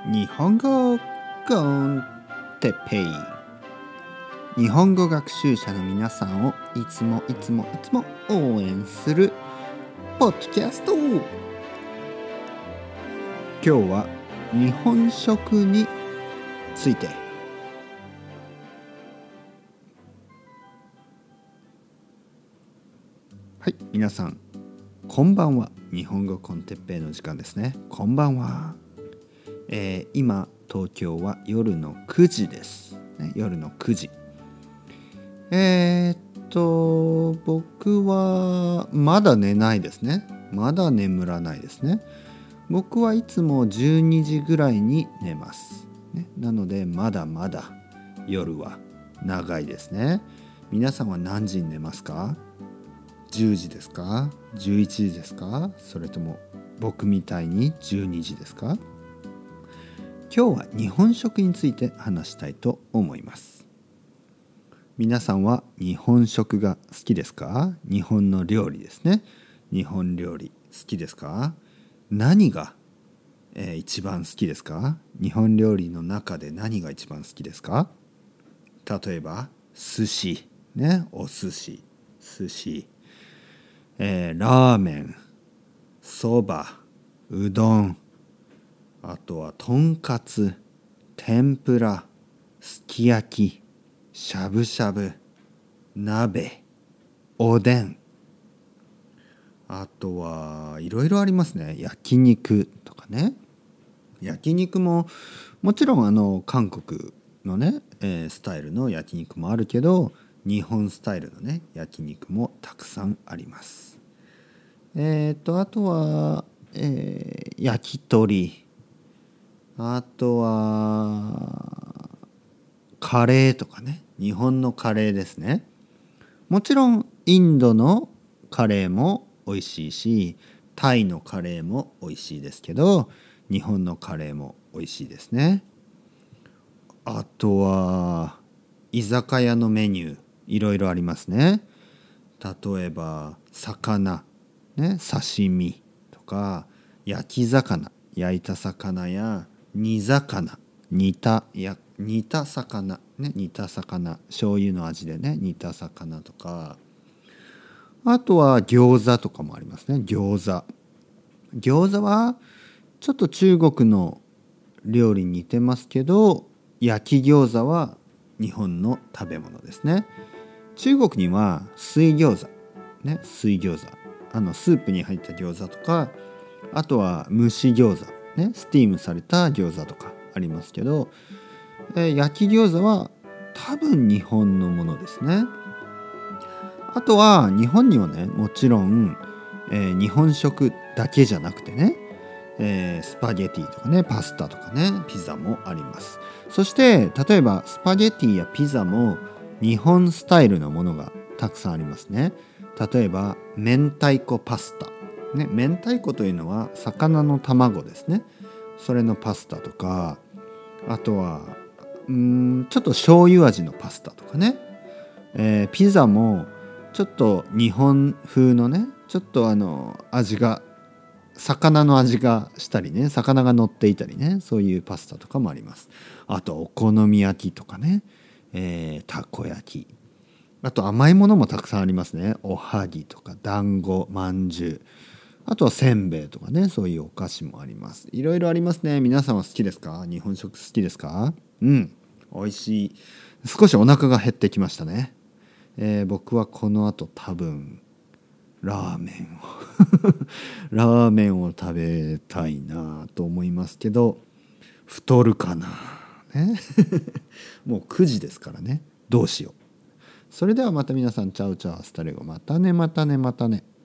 日本語コンテッペイ、日本語学習者の皆さんをいつも応援するポッドキャスト。今日は日本食について。はい、皆さんこんばんは。日本語コンテッペイの時間ですね。こんばんは。今東京は夜の9時です、ね、夜の9時。僕はまだ寝ないですね。まだ眠らないですね。僕はいつも12時ぐらいに寝ます、ね、なのでまだまだ夜は長いですね。皆さんは何時に寝ますか？10時ですか？11時ですか？それとも僕みたいに12時ですか？今日は日本食について話したいと思います。皆さんは日本食が好きですか？日本の料理ですね。日本料理好きですか？何が、一番好きですか？日本料理の中で何が一番好きですか？例えば寿司、ね、お寿司、寿司、ラーメン、そば、うどん、あとはとんかつ、天ぷら、すき焼き、しゃぶしゃぶ、鍋、おでん、あとはいろいろありますね。焼肉とかね。焼肉ももちろん韓国のね、スタイルの焼肉もあるけど、日本スタイルのね焼肉もたくさんあります。あとは、焼き鳥、あとはカレーとかね。日本のカレーですね。もちろんインドのカレーも美味しいし、タイのカレーも美味しいですけど、日本のカレーも美味しいですね。あとは居酒屋のメニューいろいろありますね。例えば魚、ね、刺身とか焼き魚、焼いた魚や煮魚、煮た魚、ね、煮た魚、醤油の味でね煮た魚とか、あとは餃子とかもありますね。餃子はちょっと中国の料理に似てますけど、焼き餃子は日本の食べ物ですね。中国には水餃子、ね、水餃子、スープに入った餃子とか、あとは蒸し餃子、ね、スティームされた餃子とかありますけど、焼き餃子は多分日本のものですね。あとは日本にはね、もちろん、日本食だけじゃなくてね、スパゲティとかね、パスタとかね、ピザもあります。そして例えばスパゲティやピザも日本スタイルのものがたくさんありますね。例えば明太子パスタ、ね、明太子というのは魚の卵ですね。それのパスタとか、あとはちょっと醤油味のパスタとかね、ピザもちょっと日本風のね、ちょっと味が魚の味がしたりね、魚が乗っていたりね、そういうパスタとかもあります。あとお好み焼きとかね、たこ焼き、あと甘いものもたくさんありますね。おはぎとか団子、まんじゅう、あとはせんべいとかね、そういうお菓子もあります。いろいろありますね。皆さんは好きですか？日本食好きですか？美味しい。少しお腹が減ってきましたね。僕はこの後多分ラーメンを食べたいなと思いますけど、太るかな、ね、もう9時ですからね。どうしよう。それではまた皆さん、チャウチャウ、アスタレゴ、またね。